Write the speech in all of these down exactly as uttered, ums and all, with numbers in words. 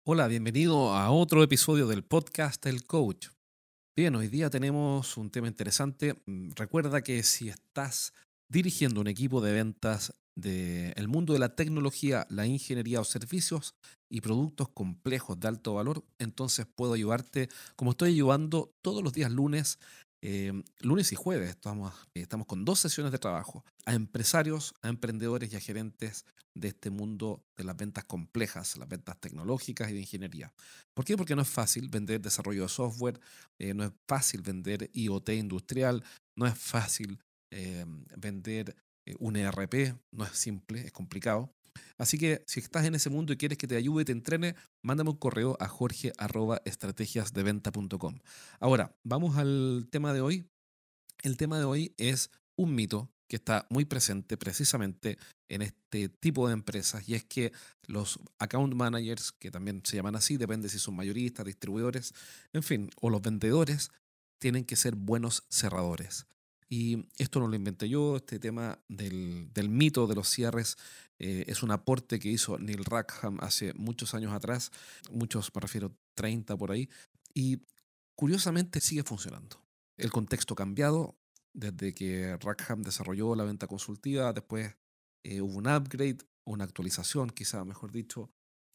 Hola, bienvenido a otro episodio del podcast El Coach. Bien, hoy día tenemos un tema interesante. Mm, Recuerda que si estás dirigiendo un equipo de ventas del mundo de la tecnología, la ingeniería o servicios y productos complejos de alto valor, entonces puedo ayudarte como estoy ayudando todos los días lunes, eh, lunes y jueves. Estamos, eh, estamos con dos sesiones de trabajo a empresarios, a emprendedores y a gerentes de este mundo de las ventas complejas, las ventas tecnológicas y de ingeniería. ¿Por qué? Porque no es fácil vender desarrollo de software, eh, no es fácil vender I o T industrial, no es fácil eh, vender eh, un E R P, no es simple, es complicado. Así que si estás en ese mundo y quieres que te ayude y te entrene, mándame un correo a jorge arroba estrategiasdeventa punto com. Ahora, vamos al tema de hoy. El tema de hoy es un mito que está muy presente precisamente en este tipo de empresas, y es que los account managers, que también se llaman así, depende si son mayoristas, distribuidores, en fin, o los vendedores, tienen que ser buenos cerradores. Y esto no lo inventé yo. Este tema del, del mito de los cierres eh, es un aporte que hizo Neil Rackham hace muchos años atrás, muchos, me refiero treinta por ahí, y curiosamente sigue funcionando. El contexto ha cambiado desde que Rackham desarrolló la venta consultiva. Después eh, hubo un upgrade, una actualización, quizá mejor dicho,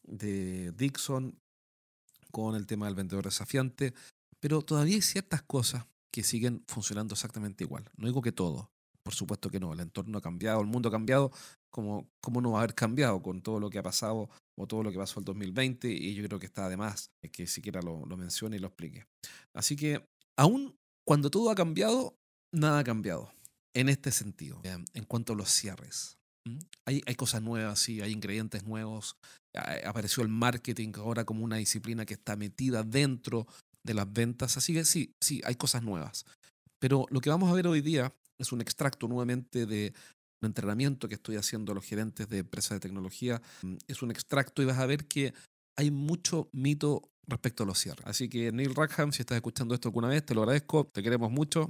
de Dixon con el tema del vendedor desafiante, pero todavía hay ciertas cosas que siguen funcionando exactamente igual. No digo que todo, por supuesto que no. El entorno ha cambiado, el mundo ha cambiado. ¿Cómo, cómo no va a haber cambiado con todo lo que ha pasado o todo lo que pasó el dos mil veinte? Y yo creo que está de más que siquiera lo, lo mencione y lo explique. Así que, aún cuando todo ha cambiado, nada ha cambiado en este sentido. Eh, En cuanto a los cierres, ¿m? hay, hay cosas nuevas, sí, hay ingredientes nuevos. A- Apareció el marketing ahora como una disciplina que está metida dentro de las ventas. Así que sí, sí, hay cosas nuevas. Pero lo que vamos a ver hoy día es un extracto nuevamente de un entrenamiento que estoy haciendo a los gerentes de empresas de tecnología. Mm, Es un extracto y vas a ver que hay mucho mito respecto a los cierres. Así que Neil Rackham, si estás escuchando esto alguna vez, te lo agradezco, te queremos mucho.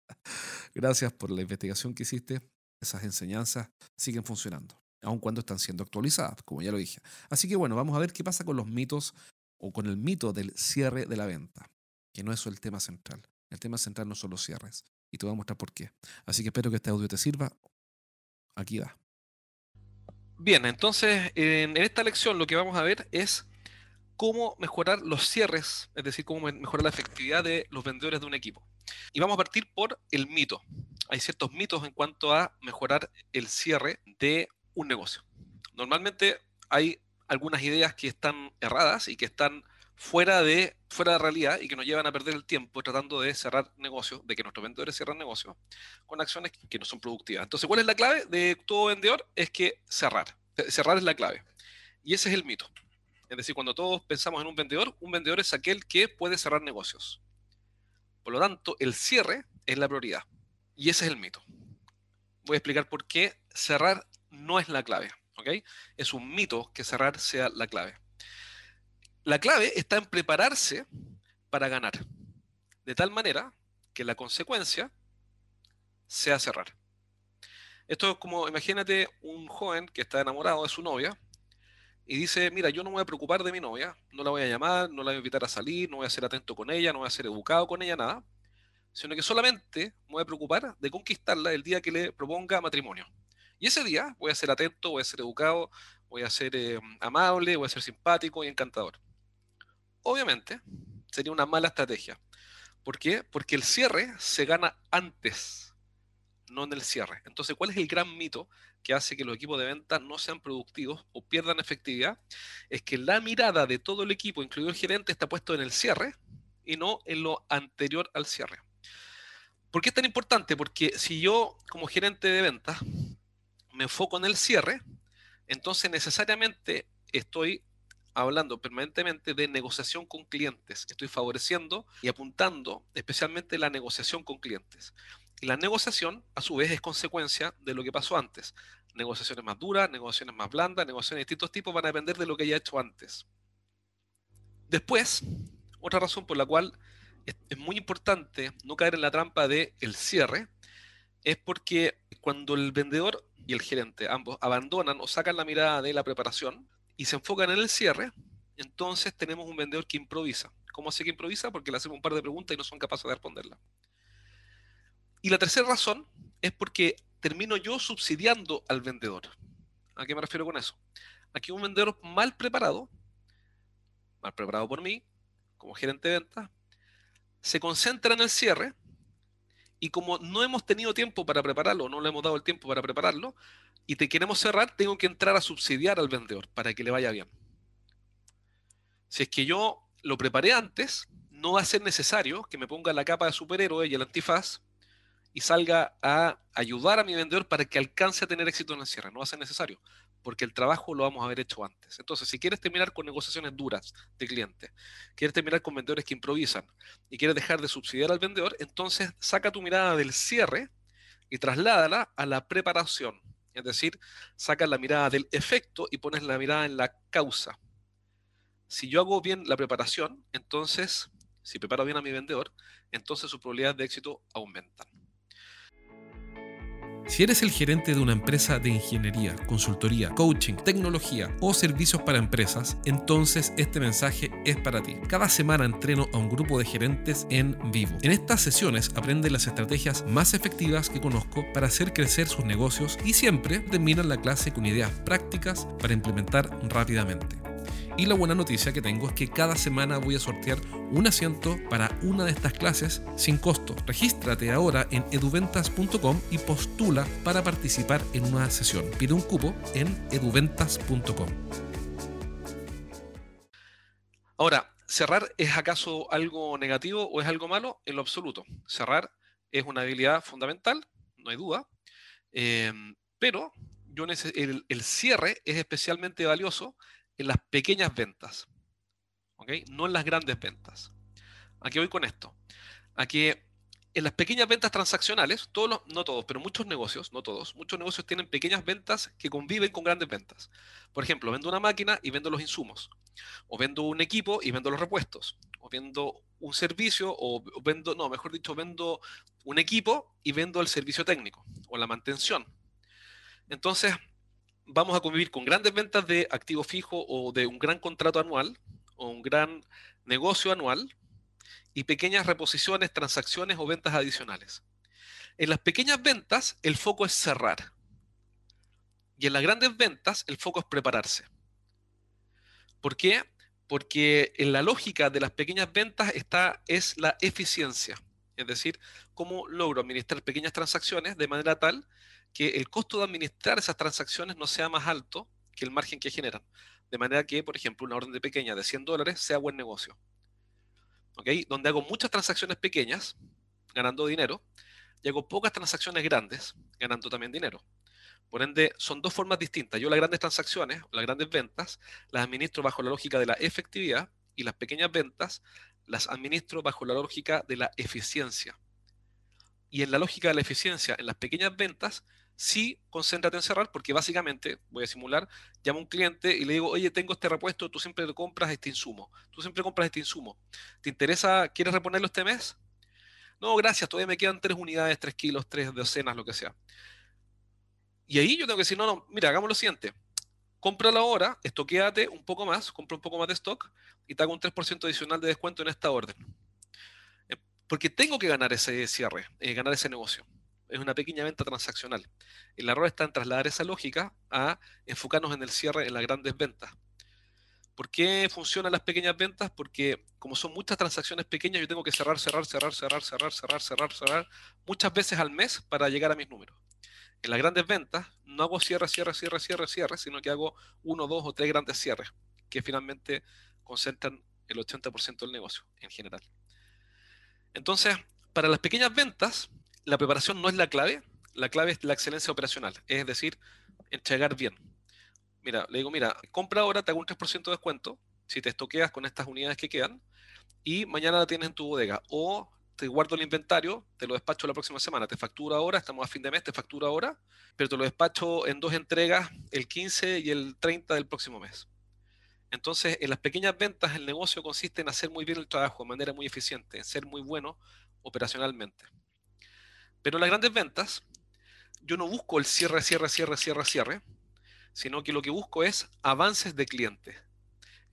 Gracias por la investigación que hiciste. Esas enseñanzas siguen funcionando, aun cuando están siendo actualizadas, como ya lo dije. Así que bueno, vamos a ver qué pasa con los mitos o con el mito del cierre de la venta, que no es el tema central. El tema central no son los cierres. Y te voy a mostrar por qué. Así que espero que este audio te sirva. Aquí va. Bien, entonces en, en esta lección lo que vamos a ver es cómo mejorar los cierres, es decir, cómo me- mejorar la efectividad de los vendedores de un equipo. Y vamos a partir por el mito. Hay ciertos mitos en cuanto a mejorar el cierre de un negocio. Normalmente hay algunas ideas que están erradas y que están fuera de, fuera de realidad y que nos llevan a perder el tiempo tratando de cerrar negocios, de que nuestros vendedores cierran negocios con acciones que no son productivas. Entonces, ¿cuál es la clave de todo vendedor? Es que cerrar. Cerrar es la clave. Y ese es el mito. Es decir, cuando todos pensamos en un vendedor, un vendedor es aquel que puede cerrar negocios. Por lo tanto, el cierre es la prioridad. Y ese es el mito. Voy a explicar por qué cerrar no es la clave. ¿Ok? Es un mito que cerrar sea la clave. La clave está en prepararse para ganar. De tal manera que la consecuencia sea cerrar. Esto es como, imagínate un joven que está enamorado de su novia y dice, mira, yo no me voy a preocupar de mi novia, no la voy a llamar, no la voy a invitar a salir, no voy a ser atento con ella, no voy a ser educado con ella, nada, sino que solamente me voy a preocupar de conquistarla el día que le proponga matrimonio. Y ese día voy a ser atento, voy a ser educado, voy a ser eh, amable, voy a ser simpático y encantador. Obviamente, sería una mala estrategia. ¿Por qué? Porque el cierre se gana antes, no en el cierre. Entonces, ¿cuál es el gran mito que hace que los equipos de venta no sean productivos o pierdan efectividad? Es que la mirada de todo el equipo, incluido el gerente, está puesto en el cierre y no en lo anterior al cierre. ¿Por qué es tan importante? Porque si yo, como gerente de ventas, me enfoco en el cierre, entonces necesariamente estoy hablando permanentemente de negociación con clientes. Estoy favoreciendo y apuntando especialmente la negociación con clientes. Y la negociación, a su vez, es consecuencia de lo que pasó antes. Negociaciones más duras, negociaciones más blandas, negociaciones de distintos tipos van a depender de lo que haya hecho antes. Después, otra razón por la cual es, es muy importante no caer en la trampa del cierre es porque cuando el vendedor y el gerente ambos abandonan o sacan la mirada de la preparación y se enfocan en el cierre, entonces tenemos un vendedor que improvisa. ¿Cómo sé que improvisa? Porque le hacemos un par de preguntas y no son capaces de responderlas. Y la tercera razón es porque termino yo subsidiando al vendedor. ¿A qué me refiero con eso? Aquí un vendedor mal preparado, mal preparado por mí, como gerente de ventas, se concentra en el cierre y como no hemos tenido tiempo para prepararlo, no le hemos dado el tiempo para prepararlo, y te queremos cerrar, tengo que entrar a subsidiar al vendedor para que le vaya bien. Si es que yo lo preparé antes, no va a ser necesario que me ponga la capa de superhéroe y el antifaz y salga a ayudar a mi vendedor para que alcance a tener éxito en el cierre. No va a ser necesario, porque el trabajo lo vamos a haber hecho antes. Entonces, si quieres terminar con negociaciones duras de clientes, quieres terminar con vendedores que improvisan y quieres dejar de subsidiar al vendedor, entonces saca tu mirada del cierre y trasládala a la preparación. Es decir, saca la mirada del efecto y pones la mirada en la causa. Si yo hago bien la preparación, entonces, si preparo bien a mi vendedor, entonces sus probabilidades de éxito aumentan. Si eres el gerente de una empresa de ingeniería, consultoría, coaching, tecnología o servicios para empresas, entonces este mensaje es para ti. Cada semana entreno a un grupo de gerentes en vivo. En estas sesiones aprenden las estrategias más efectivas que conozco para hacer crecer sus negocios y siempre terminan la clase con ideas prácticas para implementar rápidamente. Y la buena noticia que tengo es que cada semana voy a sortear un asiento para una de estas clases sin costo. Regístrate ahora en eduventas punto com y postula para participar en una sesión. Pide un cupo en eduventas punto com. Ahora, ¿cerrar es acaso algo negativo o es algo malo? En lo absoluto. Cerrar es una habilidad fundamental, no hay duda, eh, pero yo el, el cierre es especialmente valioso en las pequeñas ventas, ¿ok? No en las grandes ventas. ¿A qué voy con esto? A que en las pequeñas ventas transaccionales, todos los, no todos, pero muchos negocios, no todos, muchos negocios tienen pequeñas ventas que conviven con grandes ventas. Por ejemplo, vendo una máquina y vendo los insumos, o vendo un equipo y vendo los repuestos, o vendo un servicio, o vendo, no, mejor dicho, vendo un equipo y vendo el servicio técnico, o la mantención. Entonces, vamos a convivir con grandes ventas de activo fijo o de un gran contrato anual o un gran negocio anual y pequeñas reposiciones, transacciones o ventas adicionales. En las pequeñas ventas el foco es cerrar y en las grandes ventas el foco es prepararse. ¿Por qué? Porque en la lógica de las pequeñas ventas está, es la eficiencia, es decir, cómo logro administrar pequeñas transacciones de manera tal que el costo de administrar esas transacciones no sea más alto que el margen que generan. De manera que, por ejemplo, una orden de pequeña de cien dólares sea buen negocio. ¿Okay? Donde hago muchas transacciones pequeñas, ganando dinero, y hago pocas transacciones grandes, ganando también dinero. Por ende, son dos formas distintas. Yo las grandes transacciones, las grandes ventas, las administro bajo la lógica de la efectividad y las pequeñas ventas las administro bajo la lógica de la eficiencia. Y en la lógica de la eficiencia, en las pequeñas ventas, sí concéntrate en cerrar porque básicamente, voy a simular, llamo a un cliente y le digo, oye, tengo este repuesto, tú siempre compras este insumo, tú siempre compras este insumo. ¿Te interesa, quieres reponerlo este mes? No, gracias, todavía me quedan tres unidades, tres kilos, tres docenas, lo que sea. Y ahí yo tengo que decir, no, no, mira, hagamos lo siguiente. Cómpralo ahora, estoquéate un poco más, compra un poco más de stock y te hago un tres por ciento adicional de descuento en esta orden. Eh, Porque tengo que ganar ese cierre, eh, ganar ese negocio. Es una pequeña venta transaccional. El error está en trasladar esa lógica a enfocarnos en el cierre en las grandes ventas. ¿Por qué funcionan las pequeñas ventas? Porque como son muchas transacciones pequeñas, yo tengo que cerrar, cerrar, cerrar, cerrar, cerrar, cerrar, cerrar, cerrar muchas veces al mes para llegar a mis números. En las grandes ventas no hago cierre, cierre, cierre, cierre, cierre, sino que hago uno, dos o tres grandes cierres que finalmente concentran el ochenta por ciento del negocio en general. Entonces, para las pequeñas ventas, la preparación no es la clave, la clave es la excelencia operacional, es decir, entregar bien. Mira, le digo, mira, compra ahora, te hago un tres por ciento de descuento si te estoqueas con estas unidades que quedan y mañana la tienes en tu bodega. O te guardo el inventario, te lo despacho la próxima semana. Te facturo ahora, estamos a fin de mes, te facturo ahora, pero te lo despacho en dos entregas, el quince y el treinta del próximo mes. Entonces, en las pequeñas ventas, el negocio consiste en hacer muy bien el trabajo de manera muy eficiente, en ser muy bueno operacionalmente. Pero en las grandes ventas, yo no busco el cierre, cierre, cierre, cierre, cierre, sino que lo que busco es avances de clientes.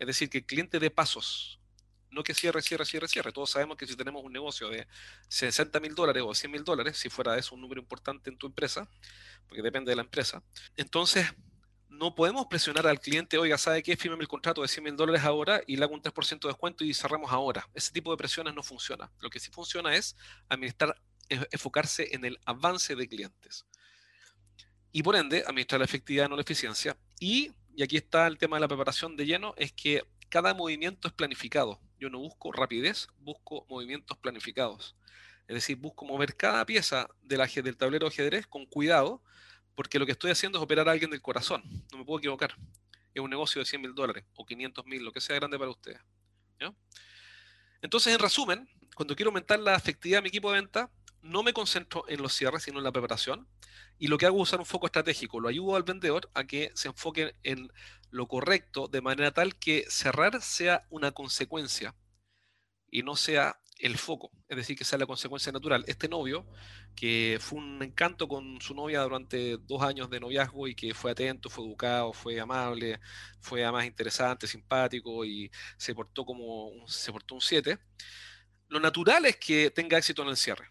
Es decir, que el cliente dé pasos. No que cierre, cierre, cierre, cierre. Todos sabemos que si tenemos un negocio de sesenta mil dólares o cien mil dólares, si fuera eso un número importante en tu empresa, porque depende de la empresa, entonces no podemos presionar al cliente, oiga, ¿sabe qué? Fírmeme el contrato de cien mil dólares ahora y le hago un tres por ciento de descuento y cerramos ahora. Ese tipo de presiones no funciona. Lo que sí funciona es administrar, enfocarse en el avance de clientes. Y por ende, administrar la efectividad, no la eficiencia. Y, y aquí está el tema de la preparación de lleno, es que cada movimiento es planificado. Yo no busco rapidez, busco movimientos planificados. Es decir, busco mover cada pieza del, del tablero de ajedrez con cuidado, porque lo que estoy haciendo es operar a alguien del corazón. No me puedo equivocar. Es un negocio de cien mil dólares o quinientos mil, lo que sea grande para ustedes. ¿Ya? Entonces, en resumen, cuando quiero aumentar la efectividad de mi equipo de venta, no me concentro en los cierres, sino en la preparación. Y lo que hago es usar un foco estratégico. Lo ayudo al vendedor a que se enfoque en lo correcto de manera tal que cerrar sea una consecuencia y no sea el foco. Es decir, que sea la consecuencia natural. Este novio, que fue un encanto con su novia durante dos años de noviazgo y que fue atento, fue educado, fue amable, fue además interesante, simpático y se portó como un, se portó un siete. Lo natural es que tenga éxito en el cierre.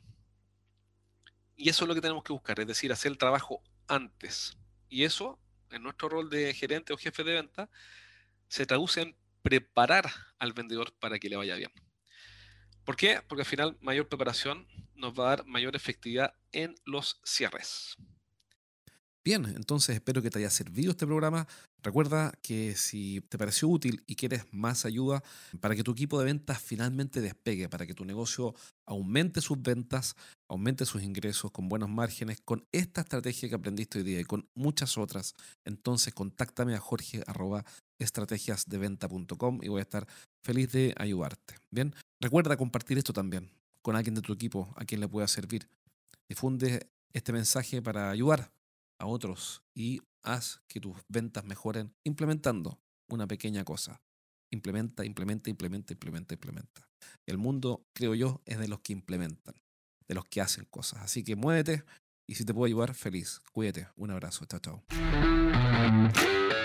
Y eso es lo que tenemos que buscar, es decir, hacer el trabajo antes. Y eso, en nuestro rol de gerente o jefe de venta, se traduce en preparar al vendedor para que le vaya bien. ¿Por qué? Porque al final mayor preparación nos va a dar mayor efectividad en los cierres. Bien, entonces espero que te haya servido este programa. Recuerda que si te pareció útil y quieres más ayuda para que tu equipo de ventas finalmente despegue, para que tu negocio aumente sus ventas, aumente sus ingresos con buenos márgenes, con esta estrategia que aprendiste hoy día y con muchas otras, entonces contáctame a jorge arroba estrategiasdeventa punto com y voy a estar feliz de ayudarte. Bien, recuerda compartir esto también con alguien de tu equipo a quien le pueda servir. Difunde este mensaje para ayudar a otros y haz que tus ventas mejoren implementando una pequeña cosa. Implementa, implementa, implementa, implementa, implementa. El mundo, creo yo, es de los que implementan, de los que hacen cosas. Así que muévete y si te puedo ayudar, feliz. Cuídate. Un abrazo. Chao, chao.